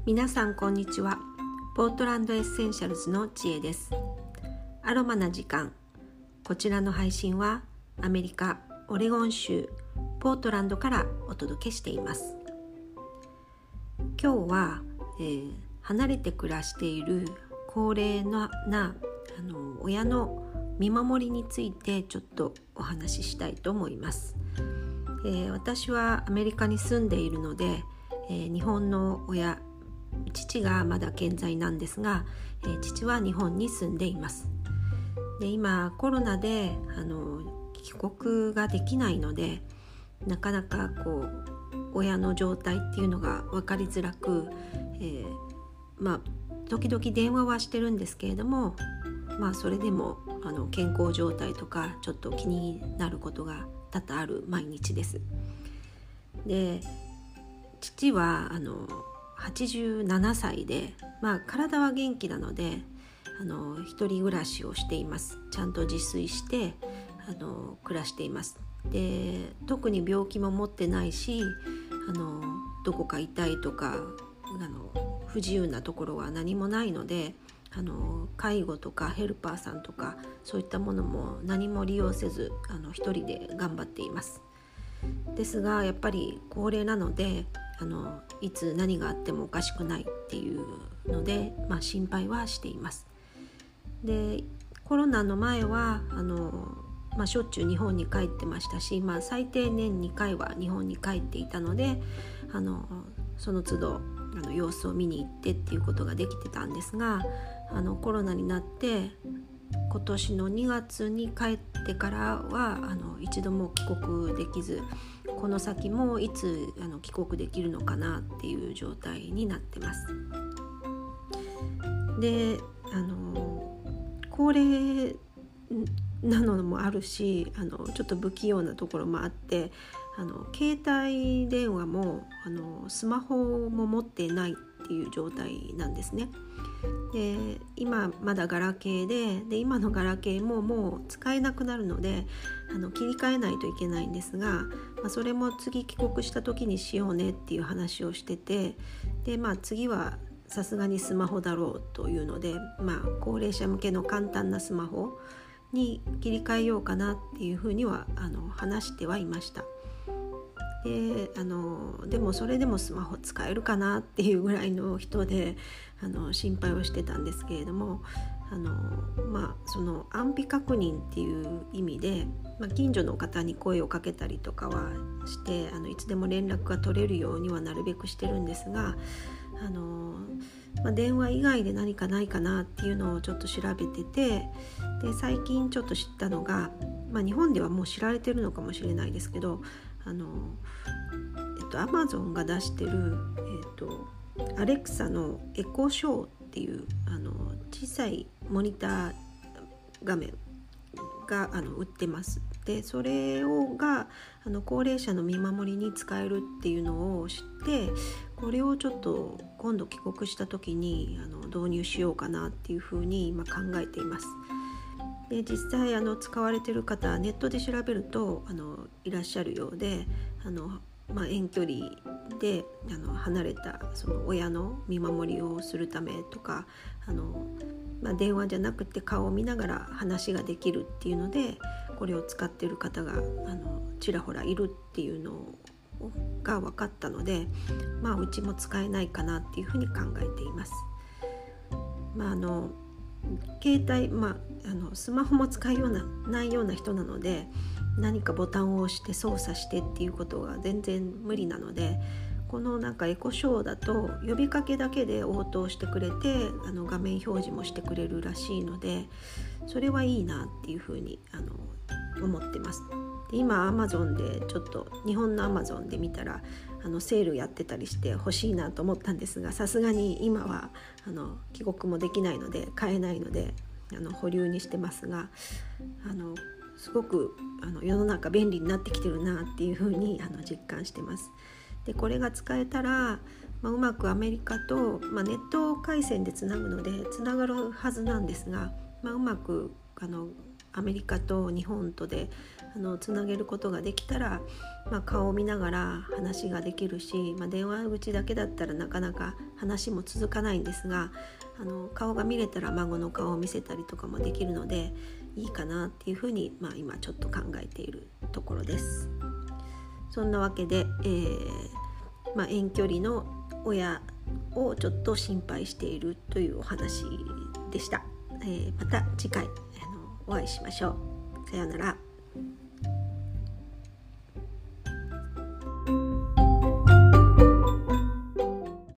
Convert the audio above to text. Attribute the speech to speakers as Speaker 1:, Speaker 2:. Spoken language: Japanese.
Speaker 1: 皆さんこんにちは。ポートランドエッセンシャルズの知恵です。アロマな時間。こちらの配信はアメリカオレゴン州ポートランドからお届けしています。今日は、離れて暮らしている高齢な親の見守りについてちょっとお話ししたいと思います。私はアメリカに住んでいるので、日本の父がまだ健在なんですが、父は日本に住んでいます。で今コロナで帰国ができないので、なかなか親の状態っていうのが分かりづらく、時々電話はしてるんですけれども、それでも健康状態とかちょっと気になることが多々ある毎日です。で父は87歳で、体は元気なので一人暮らしをしています。ちゃんと自炊して暮らしています。で特に病気も持ってないし、どこか痛いとか不自由なところは何もないので、介護とかヘルパーさんとかそういったものも何も利用せず一人で頑張っています。ですがやっぱり高齢なのでいつ何があってもおかしくないっていうので、心配はしています。でコロナの前はしょっちゅう日本に帰ってましたし、最低年2回は日本に帰っていたのでその都度様子を見に行ってっていうことができてたんですが、コロナになって今年の2月に帰ってからは一度も帰国できず、この先もいつ帰国できるのかなっていう状態になってます。で高齢なのもあるしちょっと不器用なところもあって、携帯電話もスマホも持ってないっていう状態なんですね。で今まだガラケーで今のガラケーももう使えなくなるので切り替えないといけないんですが、それも次帰国した時にしようねっていう話をしてて、で次はさすがにスマホだろうというので、高齢者向けの簡単なスマホに切り替えようかなっていうふうには話してはいました。でもそれでもスマホ使えるかなっていうぐらいの人で心配をしてたんですけれども、その安否確認っていう意味で、近所の方に声をかけたりとかはしていつでも連絡が取れるようにはなるべくしてるんですが、電話以外で何かないかなっていうのをちょっと調べてて、で最近ちょっと知ったのが、日本ではもう知られてるのかもしれないですけど、Amazon が出してる、アレクサのエコショーっていう小さいモニター画面が売ってます。でそれが高齢者の見守りに使えるっていうのを知って、これをちょっと今度帰国した時に導入しようかなっていうふうに今考えています。で実際使われている方ネットで調べるといらっしゃるようで、遠距離で離れたその親の見守りをするためとか電話じゃなくて顔を見ながら話ができるっていうのでこれを使っている方がちらほらいるっていうのが分かったので、うちも使えないかなっていうふうに考えています。携帯、スマホも使いないような人なので、何かボタンを押して操作してっていうことが全然無理なので、このエコショーだと呼びかけだけで応答してくれて画面表示もしてくれるらしいので、それはいいなっていうふうに思ってます。で今 Amazon でちょっと日本の Amazon で見たらセールやってたりして欲しいなと思ったんですが、さすがに今は帰国もできないので買えないので保留にしてますが、すごく世の中便利になってきてるなっていうふうに実感してます。でこれが使えたら、うまくアメリカと、ネット回線でつなぐのでつながるはずなんですが、うまくアメリカと日本とでつなげることができたら、顔を見ながら話ができるし、電話口だけだったらなかなか話も続かないんですが、顔が見れたら孫の顔を見せたりとかもできるのでいいかなっていうふうに、今ちょっと考えているところです。そんなわけで、遠距離の親をちょっと心配しているというお話でした。また次回お会いしましょう。さようなら。